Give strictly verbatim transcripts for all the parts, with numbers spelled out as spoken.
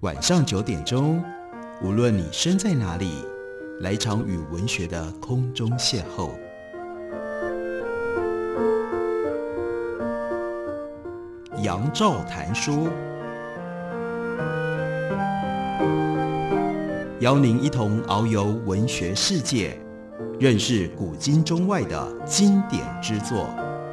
晚上九点钟，无论你身在哪里，来场与文学的空中邂逅。杨照谈书，邀您一同遨游文学世界，认识古今中外的经典之作。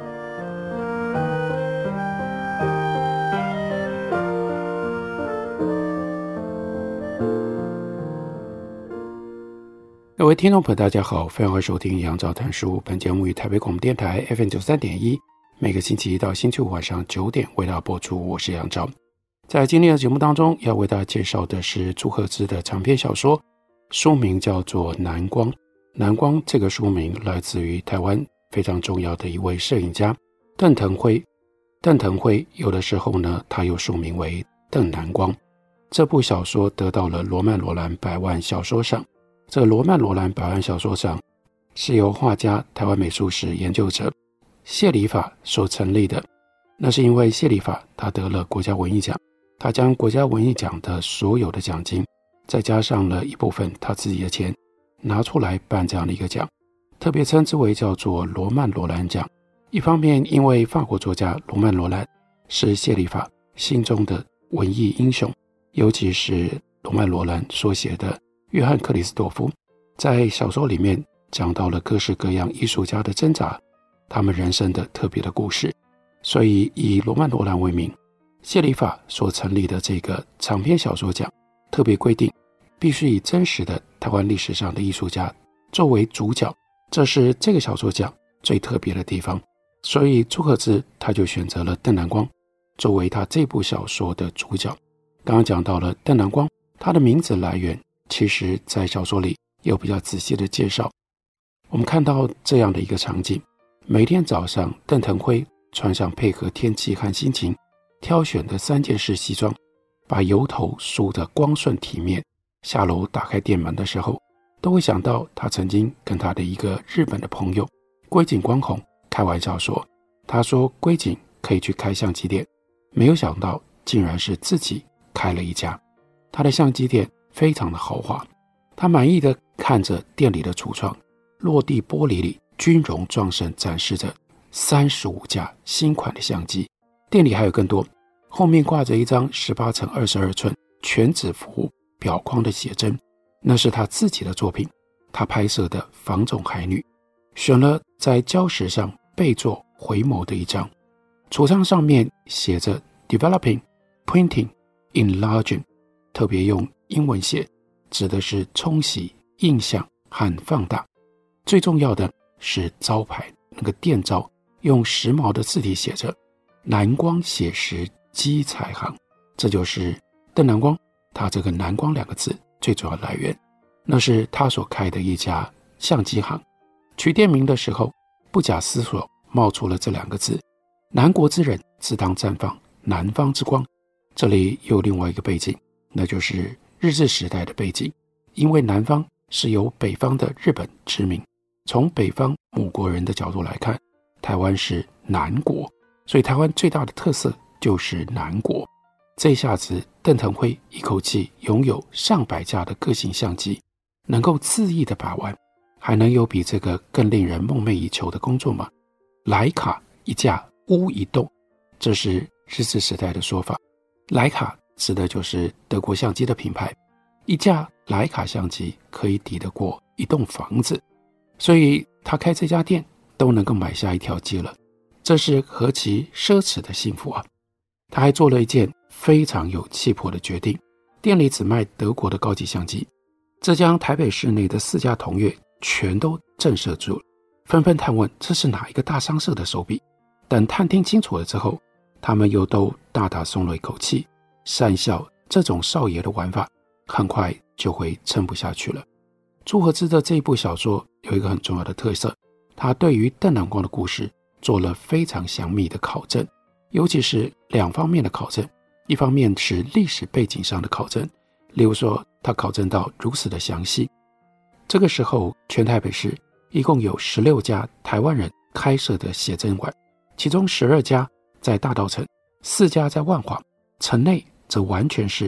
各位听众朋友大家好，欢迎收听杨照谈书。本节目于台北广播电台 F M 九十三点一，每个星期一到星期五晚上九点为大家播出。我是杨照。在今天的节目当中，要为大家介绍的是朱赫之的长篇小说，书名叫做《南光》。南光这个书名来自于台湾非常重要的一位摄影家邓腾辉。邓腾辉有的时候呢，他又署名为邓南光。这部小说得到了罗曼罗兰百万小说赏。这个罗曼罗兰百万小说赏是由画家、台湾美术史研究者谢里法所成立的。那是因为谢里法他得了国家文艺奖，他将国家文艺奖的所有的奖金，再加上了一部分他自己的钱，拿出来办这样的一个奖，特别称之为叫做罗曼罗兰奖。一方面因为法国作家罗曼罗兰是谢里法心中的文艺英雄，尤其是罗曼罗兰所写的约翰克里斯多夫，在小说里面讲到了各式各样艺术家的挣扎，他们人生的特别的故事。所以以罗曼罗兰为名，谢里法所成立的这个长篇小说奖特别规定，必须以真实的台湾历史上的艺术家作为主角，这是这个小说奖最特别的地方。所以朱赫之他就选择了邓南光作为他这部小说的主角。刚刚讲到了邓南光，他的名字来源其实在小说里有比较仔细的介绍。我们看到这样的一个场景，每天早上邓腾辉穿上配合天气和心情挑选的三件式西装，把油头梳得光顺体面，下楼打开店门的时候，都会想到他曾经跟他的一个日本的朋友龟井光弘开玩笑说，他说龟井可以去开相机店，没有想到竟然是自己开了一家。他的相机店非常的豪华，他满意的看着店里的橱窗，落地玻璃里军容壮盛展示着三十五架新款的相机，店里还有更多，后面挂着一张十八乘二十二寸全纸幅表框的写真，那是他自己的作品，他拍摄的房中海女，选了在礁石上背作回眸的一张，橱窗上面写着 Developing, Printing, Enlarging， 特别用英文写，指的是冲洗、印象和放大。最重要的是招牌，那个店招用时髦的字体写着南光写实基彩行，这就是邓南光他这个南光两个字最主要的来源。那是他所开的一家相机行，取店名的时候不假思索冒出了这两个字，南国之人自当绽放南方之光。这里有另外一个背景，那就是日治时代的背景，因为南方是由北方的日本殖民，从北方母国人的角度来看，台湾是南国，所以台湾最大的特色就是南国。这下子邓腾辉一口气拥有上百架的个性相机，能够恣意的把玩，还能有比这个更令人梦寐以求的工作吗？徕卡一架屋一栋，这是日治时代的说法。徕卡指的就是德国相机的品牌，一架徕卡相机可以抵得过一栋房子，所以他开这家店都能够买下一条街了，这是何其奢侈的幸福啊！他还做了一件非常有气魄的决定，店里只卖德国的高级相机，这将台北市内的四家同业全都震慑住了，纷纷探问这是哪一个大商社的手笔。等探听清楚了之后，他们又都大大松了一口气，讪笑这种少爷的玩法很快就会撑不下去了。朱赫之的这一部小说有一个很重要的特色，他对于邓南光的故事做了非常详密的考证，尤其是两方面的考证，一方面是历史背景上的考证，例如说他考证到如此的详细。这个时候全台北市一共有十六家台湾人开设的写真馆，其中十二家在大稻埕，四家在万华，城内则完全是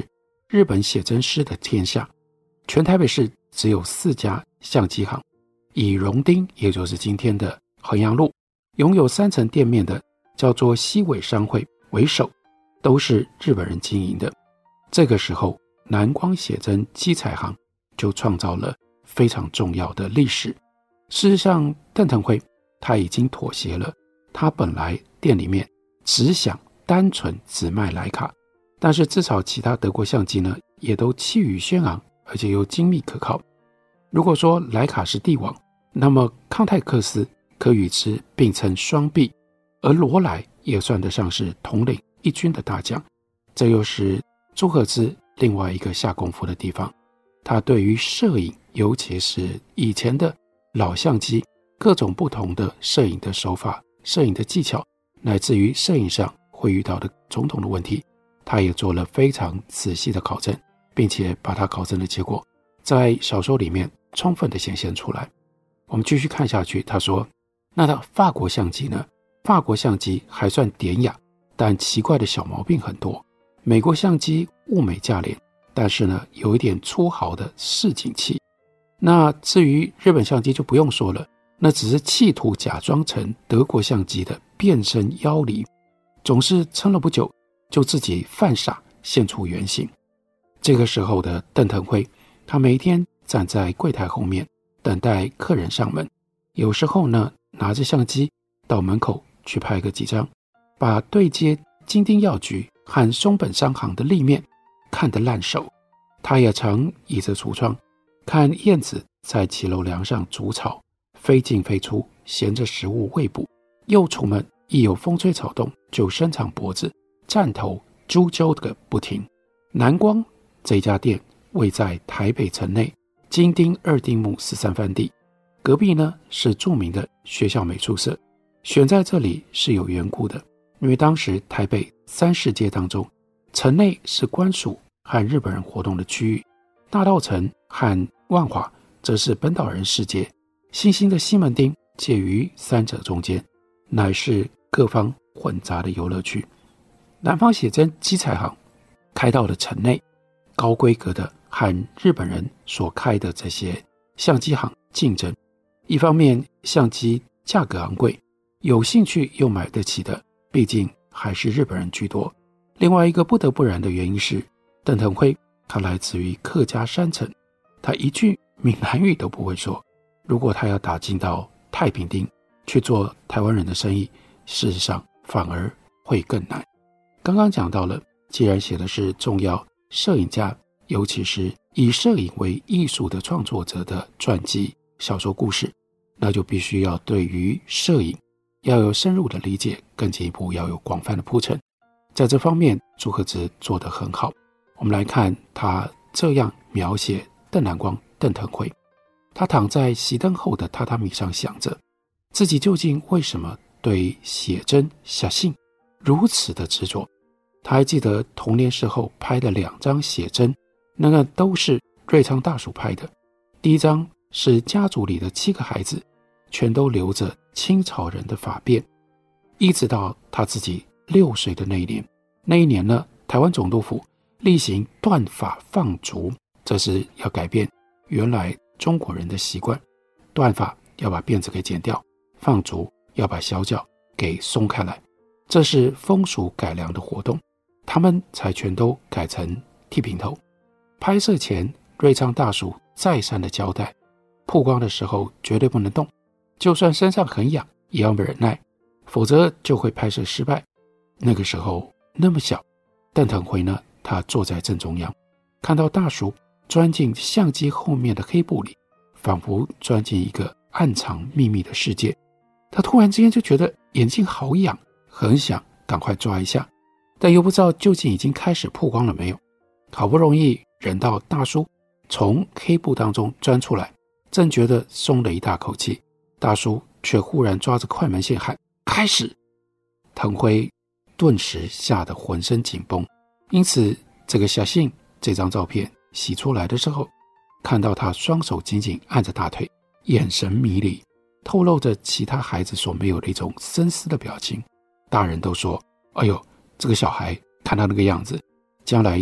日本写真师的天下。全台北市只有四家相机行，以荣町，也就是今天的衡阳路，拥有三层店面的叫做西尾商会为首，都是日本人经营的。这个时候，南光写真机彩行就创造了非常重要的历史。事实上，邓腾辉他已经妥协了，他本来店里面只想单纯只卖徕卡，但是至少其他德国相机呢，也都气宇轩昂，而且又精密可靠。如果说徕卡是帝王，那么康泰克斯可与之并称双璧，而罗莱也算得上是统领一军的大将。这又是朱赫兹另外一个下功夫的地方，他对于摄影，尤其是以前的老相机，各种不同的摄影的手法、摄影的技巧，乃至于摄影上会遇到的种种的问题，他也做了非常仔细的考证，并且把他考证的结果在小说里面充分的显现出来。我们继续看下去，他说，那到法国相机呢？法国相机还算典雅，但奇怪的小毛病很多。美国相机物美价廉，但是呢，有一点粗豪的市井气。那至于日本相机就不用说了，那只是企图假装成德国相机的变身妖离，总是撑了不久就自己犯傻现出原形。这个时候的邓腾辉，他每天站在柜台后面等待客人上门，有时候呢拿着相机到门口去拍个几张，把对接京町药局和松本商行的立面看得烂熟。他也常倚着橱窗看燕子在骑楼梁上筑巢，飞进飞出，衔着食物喂捕。幼雏们一有风吹草动就伸长脖子站头啾啾个不停。南光这家店位在台北城内金町二丁目十三番地，隔壁呢是著名的学校美术社。选在这里是有缘故的，因为当时台北三市街当中，城内是官署和日本人活动的区域，大稻埕和万华则是本岛人世界，新兴的西门町介于三者中间，乃是各方混杂的游乐区。南方写真机彩行开到了城内，高规格的和日本人所开的这些相机行竞争。一方面相机价格昂贵，有兴趣又买得起的毕竟还是日本人居多。另外一个不得不然的原因是，邓腾辉他来自于客家山城，他一句闽南语都不会说。如果他要打进到太平町去做台湾人的生意，事实上反而会更难。刚刚讲到了，既然写的是重要摄影家，尤其是以摄影为艺术的创作者的传记小说故事，那就必须要对于摄影要有深入的理解，更进一步要有广泛的铺陈。在这方面朱赫兹做得很好。我们来看他这样描写邓南光邓腾辉，他躺在熄灯后的榻榻米上，想着自己究竟为什么对写真写信如此的执着。他还记得童年时候拍的两张写真，那个都是瑞昌大叔拍的。第一张是家族里的七个孩子全都留着清朝人的发辫，一直到他自己六岁的那一年。那一年呢，台湾总督府例行断发放逐，这是要改变原来中国人的习惯，断发要把辫子给剪掉，放逐要把小脚给松开来，这是风俗改良的活动，他们才全都改成剃平头。拍摄前瑞昌大叔再三的交代，曝光的时候绝对不能动，就算身上很痒也要忍耐，否则就会拍摄失败。那个时候那么小，邓腾辉呢，他坐在正中央，看到大叔钻进相机后面的黑布里，仿佛钻进一个暗藏秘密的世界。他突然之间就觉得眼睛好痒，很想赶快抓一下，但又不知道究竟已经开始曝光了没有。好不容易忍到大叔从黑布当中钻出来，正觉得松了一大口气，大叔却忽然抓着快门线喊开始。腾辉顿时吓得浑身紧绷，因此这个小信这张照片洗出来的时候，看到他双手紧紧按着大腿，眼神迷离，透露着其他孩子所没有的一种深思的表情。大人都说，哎呦，这个小孩看他那个样子，将来一定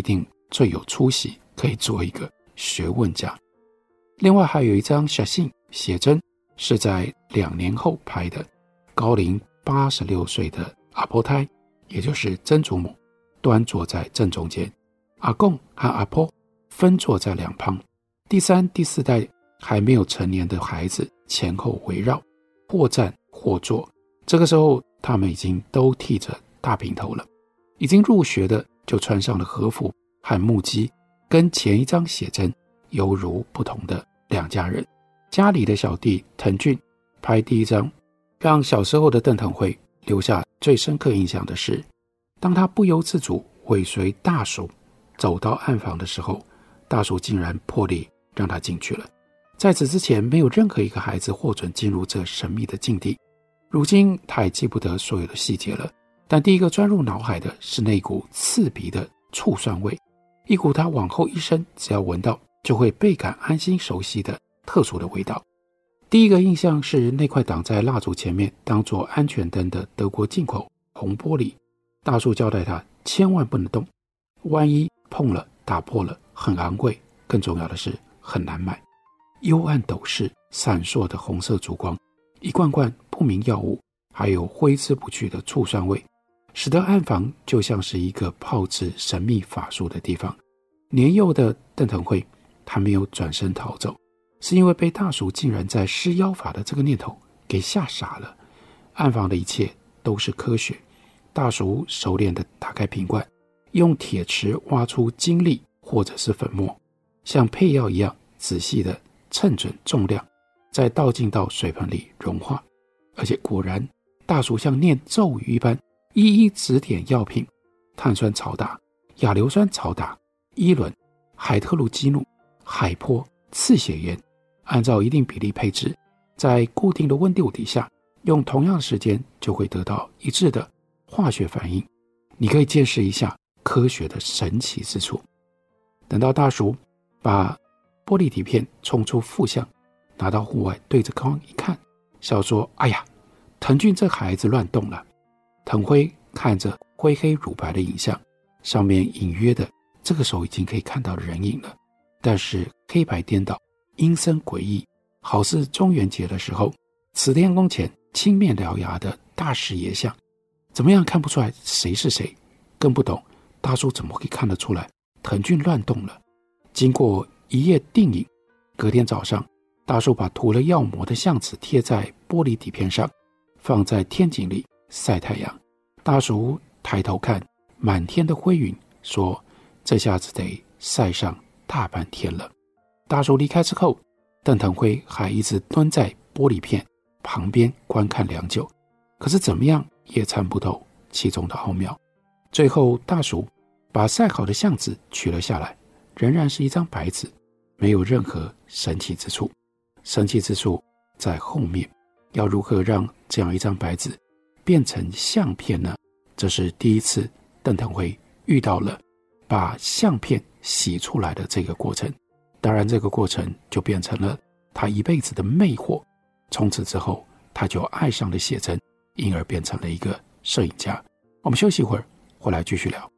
最有出息，可以做一个学问家。另外还有一张写信写真，是在两年后拍的，高龄八十六岁的阿婆胎，也就是曾祖母，端坐在正中间，阿公和阿婆分坐在两旁，第三、第四代还没有成年的孩子前后围绕，或站或坐。这个时候他们已经都剃着大平头了，已经入学的就穿上了和服和木屐，跟前一张写真犹如不同的两家人。家里的小弟滕俊拍第一张，让小时候的邓腾辉留下最深刻印象的是，当他不由自主尾随大叔走到暗房的时候，大叔竟然破例让他进去了。在此之前，没有任何一个孩子获准进入这神秘的境地。如今他也记不得所有的细节了，但第一个钻入脑海的是那股刺鼻的醋蒜味，一股他往后一生只要闻到就会倍感安心熟悉的特殊的味道。第一个印象是那块挡在蜡烛前面当作安全灯的德国进口红玻璃，大叔交代他千万不能动，万一碰了打破了很昂贵，更重要的是很难买。幽暗陡视，闪烁的红色烛光，一罐罐不明药物，还有挥之不去的醋酸味，使得暗房就像是一个炮制神秘法术的地方。年幼的邓腾辉他没有转身逃走，是因为被大叔竟然在施妖法的这个念头给吓傻了。暗房的一切都是科学，大叔熟练地打开瓶罐，用铁匙挖出精粒或者是粉末，像配药一样仔细地称准重量，再倒进到水盆里融化。而且果然，大叔像念咒语一般，一一指点药品：碳酸曹达、亚硫酸曹达、伊伦、海特鲁基努、海波、次血盐，按照一定比例配置，在固定的温度底下，用同样的时间就会得到一致的化学反应。你可以见识一下科学的神奇之处。等到大叔把玻璃底片冲出负向，拿到户外对着光一看，笑说：哎呀，滕俊这孩子乱动了。滕辉看着灰黑乳白的影像，上面隐约的这个时候已经可以看到人影了，但是黑白颠倒，阴森诡异，好似中元节的时候慈天宫前青面獠牙的大师爷像。怎么样看不出来谁是谁？更不懂大叔怎么会看得出来滕俊乱动了。经过一夜定影，隔天早上，大叔把涂了药膜的相纸贴在玻璃底片上，放在天井里晒太阳。大叔抬头看满天的灰云，说：这下子得晒上大半天了。大叔离开之后，邓腾辉还一直蹲在玻璃片旁边观看良久，可是怎么样也参不透其中的奥妙。最后大叔把晒好的相纸取了下来，仍然是一张白纸，没有任何神奇之处。神奇之处在后面，要如何让这样一张白纸变成相片呢？这是第一次邓腾辉遇到了把相片洗出来的这个过程。当然这个过程就变成了他一辈子的魅惑，从此之后他就爱上了写真，因而变成了一个摄影家。我们休息一会儿，回来继续聊。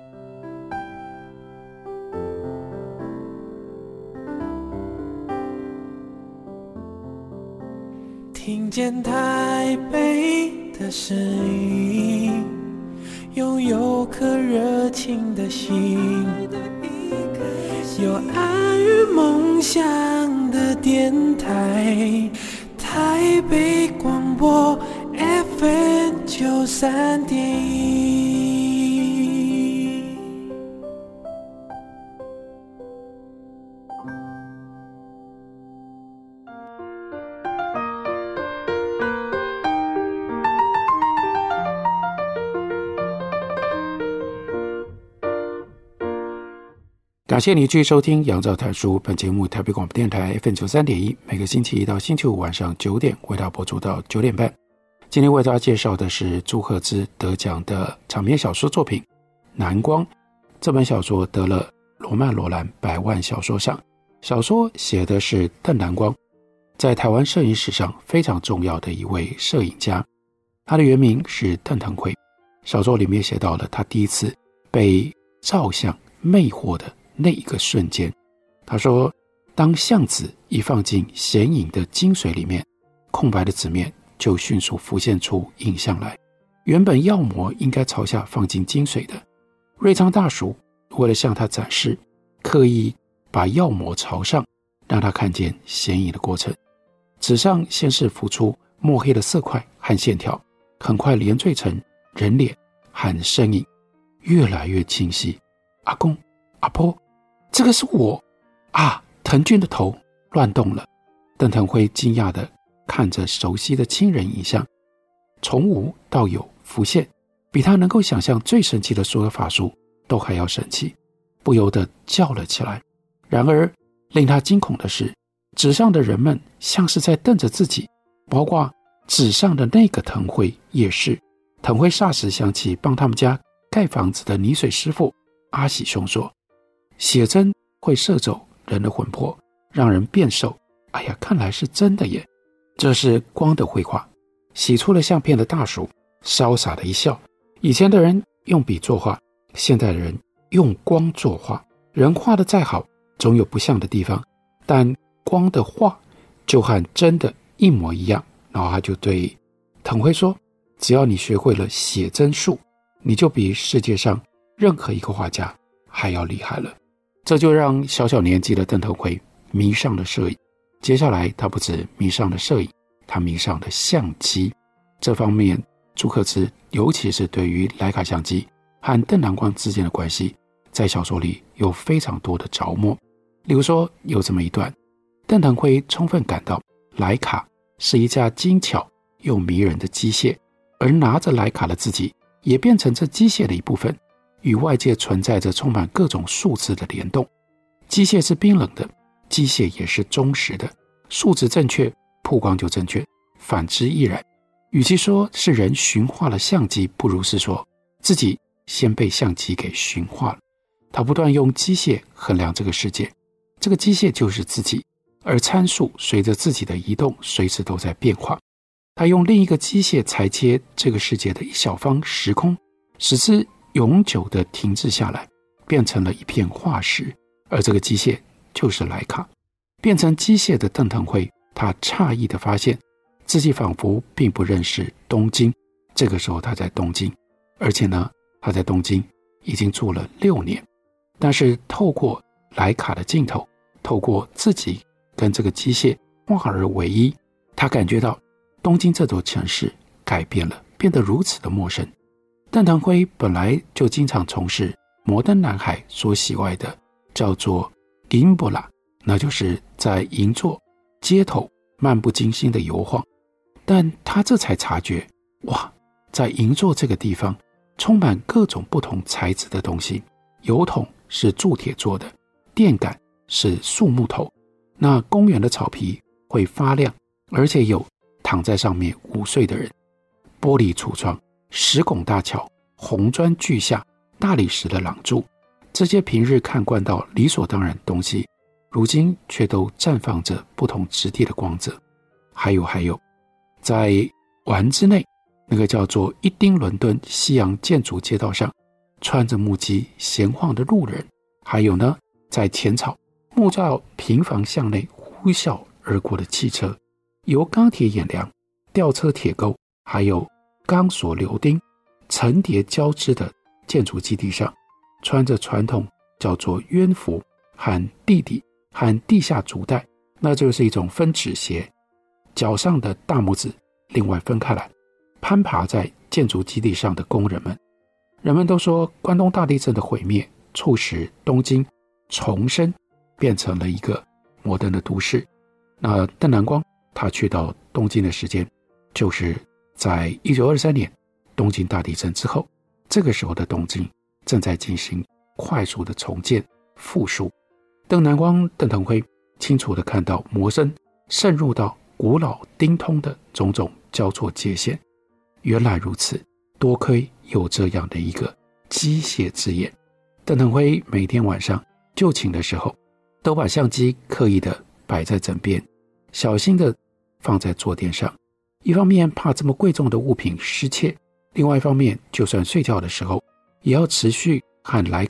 听见台北的声音，拥有颗热情的心，有爱与梦想的电台，台北广播 F M 九三点一。 感谢你继续收听杨照谈书，本节目台北广播电台 F M 九三点一，每个星期一到星期五晚上九点为大家播出到九点半。今天为大家介绍的是朱赫之得奖的长篇小说作品《南光》。这本小说得了罗曼罗兰百万小说赏。小说写的是邓南光，在台湾摄影史上非常重要的一位摄影家，他的原名是邓腾辉。小说里面写到了他第一次被照相魅惑的那一个瞬间。他说，当橡子一放进显影的金水里面，空白的纸面就迅速浮现出影像来。原本药膜应该朝下放进金水的，瑞昌大叔为了向他展示，刻意把药膜朝上，让他看见显影的过程。纸上先是浮出墨黑的色块和线条，很快连缀成人脸和身影，越来越清晰。阿公，阿婆，这个是我啊！滕俊的头乱动了。邓腾辉惊讶地看着熟悉的亲人影像，从无到有浮现，比他能够想象最神奇的所有法术都还要神奇，不由得叫了起来。然而令他惊恐的是，纸上的人们像是在瞪着自己，包括纸上的那个腾辉也是。腾辉霎时想起帮他们家盖房子的泥水师傅阿喜兄说，写真会射走人的魂魄，让人变瘦。哎呀，看来是真的耶！这是光的绘画。洗出了相片的大叔潇洒的一笑。以前的人用笔作画，现在的人用光作画。人画的再好，总有不像的地方，但光的画就和真的一模一样。然后他就对腾辉说，只要你学会了写真术，你就比世界上任何一个画家还要厉害了。这就让小小年纪的邓腾辉迷上了摄影。接下来他不止迷上了摄影，他迷上了相机。这方面朱克兹尤其是对于徕卡相机和邓南光之间的关系，在小说里有非常多的着墨。例如说有这么一段，邓腾辉充分感到徕卡是一架精巧又迷人的机械，而拿着徕卡的自己也变成这机械的一部分，与外界存在着充满各种数字的联动。机械是冰冷的，机械也是忠实的，数值正确，曝光就正确，反之亦然。与其说是人驯化了相机，不如是说自己先被相机给驯化了。他不断用机械衡量这个世界，这个机械就是自己，而参数随着自己的移动随时都在变化。他用另一个机械裁切这个世界的一小方时空，使之永久地停滞下来，变成了一片化石，而这个机械就是徕卡。变成机械的邓腾辉，他诧异地发现自己仿佛并不认识东京。这个时候他在东京，而且呢，他在东京已经住了六年。但是透过徕卡的镜头，透过自己跟这个机械化而为一，他感觉到东京这座城市改变了，变得如此的陌生。邓腾辉本来就经常从事摩登男孩所喜爱的叫做银波拉，那就是在银座街头漫不经心的游晃。但他这才察觉，哇，在银座这个地方充满各种不同材质的东西，油桶是铸铁做的，电杆是树木头，那公园的草皮会发亮，而且有躺在上面午睡的人，玻璃橱窗、石拱大桥、红砖巨下、大理石的廊柱，这些平日看惯到理所当然的东西，如今却都绽放着不同质地的光泽。还有还有，在丸之内那个叫做一丁伦敦西洋建筑街道上，穿着木屐闲晃的路人，还有呢，在浅草木造平房巷内呼啸而过的汽车，由钢铁眼梁、吊车铁钩，还有钢索流钉层叠交织的建筑基地上，穿着传统叫做鸢服和地底和地下足带，那就是一种分趾鞋，脚上的大拇指另外分开来，攀爬在建筑基地上的工人们。人们都说关东大地震的毁灭促使东京重生，变成了一个摩登的都市。那邓南光他去到东京的时间就是在一九二三年东京大地震之后，这个时候的东京正在进行快速的重建复苏。邓南光邓腾辉清楚地看到魔声渗入到古老丁通的种种交错界限。原来如此，多亏有这样的一个机械之眼。邓腾辉每天晚上就寝的时候，都把相机刻意地摆在枕边，小心地放在坐垫上，一方面怕这么贵重的物品失窃，另外一方面就算睡觉的时候也要持续和徕卡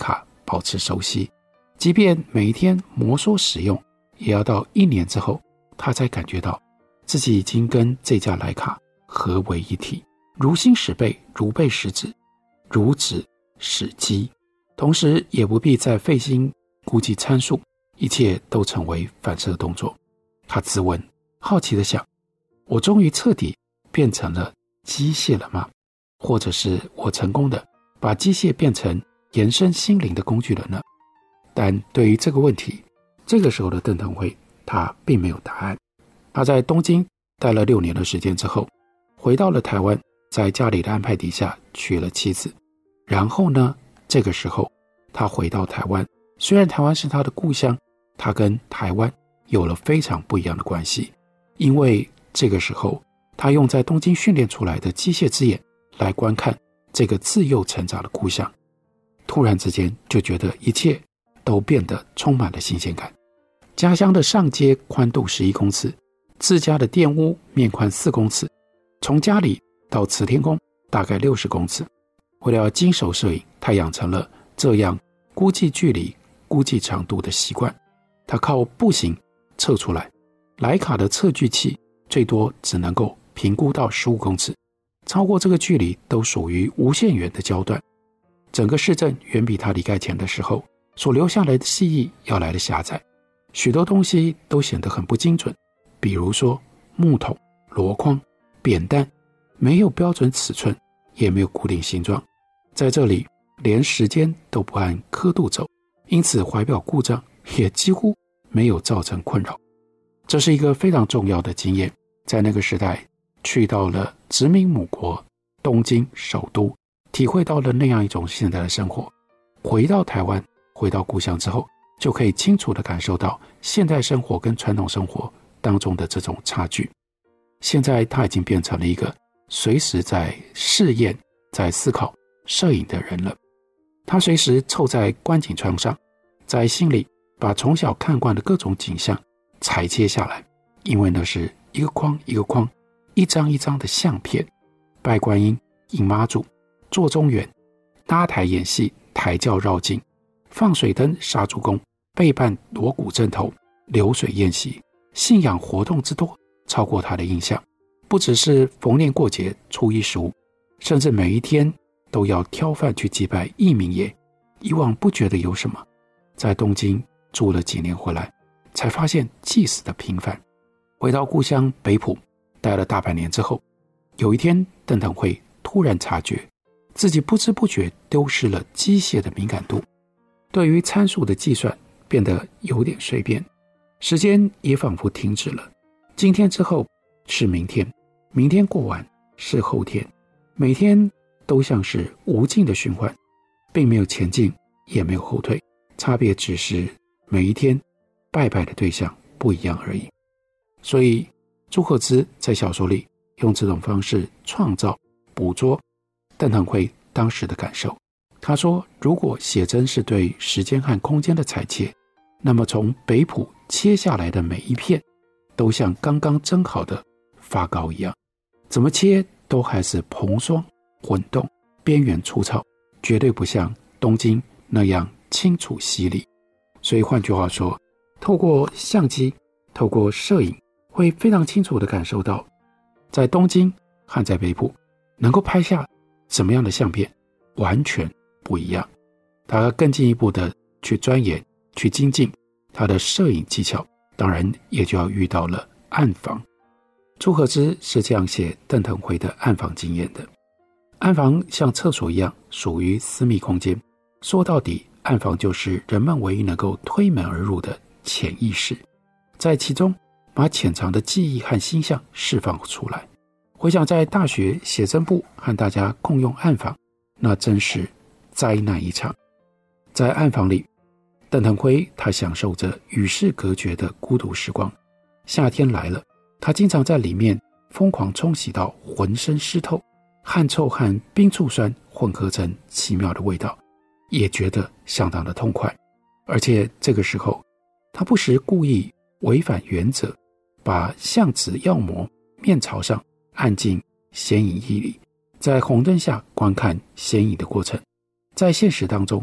保持熟悉，即便每一天摩挲使用，也要到一年之后，他才感觉到自己已经跟这架徕卡合为一体，如心使背，如背使指，如指使机，同时也不必再费心估计参数，一切都成为反射动作。他自问，好奇地想，我终于彻底变成了机械了吗？或者是我成功的把机械变成延伸心灵的工具了呢？但对于这个问题，这个时候的邓腾辉他并没有答案。他在东京待了六年的时间之后，回到了台湾，在家里的安排底下娶了妻子。然后呢，这个时候他回到台湾，虽然台湾是他的故乡，他跟台湾有了非常不一样的关系，因为这个时候他用在东京训练出来的机械之眼来观看这个自幼成长的故乡，突然之间就觉得一切都变得充满了新鲜感。家乡的上街宽度十一公尺，自家的店屋面宽四公尺，从家里到慈天宫大概六十公尺。为了经手摄影，他养成了这样估计距离、估计长度的习惯。他靠步行测出来，徕卡的测距器最多只能够评估到十五公尺，超过这个距离都属于无限远的焦段。整个市镇远比他离开前的时候所留下来的记忆要来的狭窄，许多东西都显得很不精准，比如说木桶、箩筐、扁担，没有标准尺寸，也没有固定形状，在这里连时间都不按刻度走，因此怀表故障也几乎没有造成困扰。这是一个非常重要的经验，在那个时代去到了殖民母国东京首都，体会到了那样一种现代的生活。回到台湾，回到故乡之后，就可以清楚地感受到现代生活跟传统生活当中的这种差距。现在他已经变成了一个随时在试验、在思考摄影的人了。他随时凑在观景窗上，在心里把从小看惯的各种景象裁切下来，因为那是一个框一个框，一张一张的相片。拜观音、迎妈祖、做中原、搭台演戏、抬轿绕境、放水灯、杀猪工、背办锣鼓阵头、流水宴席，信仰活动之多超过他的印象。不只是逢年过节、初一十五，甚至每一天都要挑饭去祭拜义民爷。以往不觉得有什么，在东京住了几年回来，才发现祭祀的频繁。回到故乡北埔待了大半年之后，有一天邓腾辉突然察觉自己不知不觉丢失了机械的敏感度，对于参数的计算变得有点随便，时间也仿佛停止了。今天之后是明天，明天过完是后天，每天都像是无尽的循环，并没有前进也没有后退，差别只是每一天拜拜的对象不一样而已。所以朱可之在小说里用这种方式创造捕捉邓腾辉当时的感受。他说，如果写真是对时间和空间的裁切，那么从北埔切下来的每一片都像刚刚蒸好的发糕一样，怎么切都还是蓬松混动，边缘粗糙，绝对不像东京那样清楚犀利。所以换句话说，透过相机，透过摄影，会非常清楚地感受到在东京和在北埔能够拍下什么样的相片完全不一样。他更进一步的去钻研，去精进他的摄影技巧，当然也就要遇到了暗房。朱可之是这样写邓腾辉的暗房经验的。暗房像厕所一样属于私密空间，说到底暗房就是人们唯一能够推门而入的潜意识，在其中把潜藏的记忆和心象释放出来。回想在大学写真部和大家共用暗房，那真是灾难一场。在暗房里，邓腾辉他享受着与世隔绝的孤独时光。夏天来了，他经常在里面疯狂冲洗到浑身湿透，汗臭和冰醋酸混合成奇妙的味道，也觉得相当的痛快。而且这个时候，他不时故意违反原则，把相纸药膜面朝上按进显影液里，在红灯下观看显影的过程。在现实当中，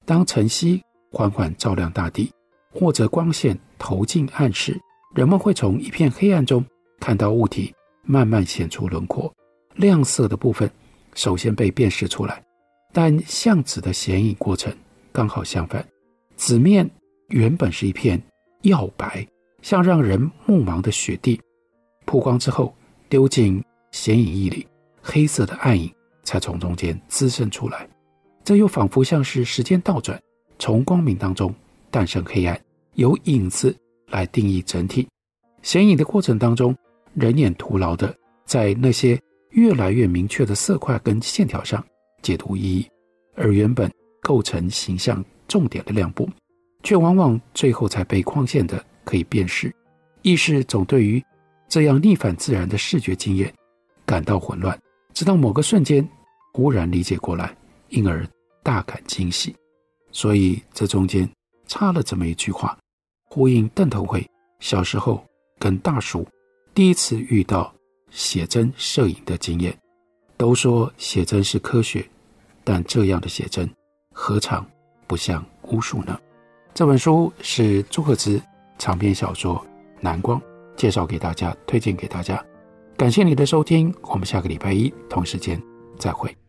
当晨曦缓缓照亮大地，或者光线投进暗室，人们会从一片黑暗中看到物体慢慢显出轮廓，亮色的部分首先被辨识出来。但相纸的显影过程刚好相反，纸面原本是一片耀白，像让人目盲的雪地，曝光之后丢进显影液里，黑色的暗影才从中间滋生出来。这又仿佛像是时间倒转，从光明当中诞生黑暗，由影子来定义整体。显影的过程当中，人眼徒劳的在那些越来越明确的色块跟线条上解读意义，而原本构成形象重点的亮部，却往往最后才被框线的可以辨识。意识总对于这样逆反自然的视觉经验感到混乱，直到某个瞬间忽然理解过来，因而大感惊喜。所以这中间插了这么一句话，呼应邓头会小时候跟大叔第一次遇到写真摄影的经验。都说写真是科学，但这样的写真何尝不像巫术呢？这本书是朱克之长篇小说《南光》，介绍给大家，推荐给大家。感谢你的收听，我们下个礼拜一同时间再会。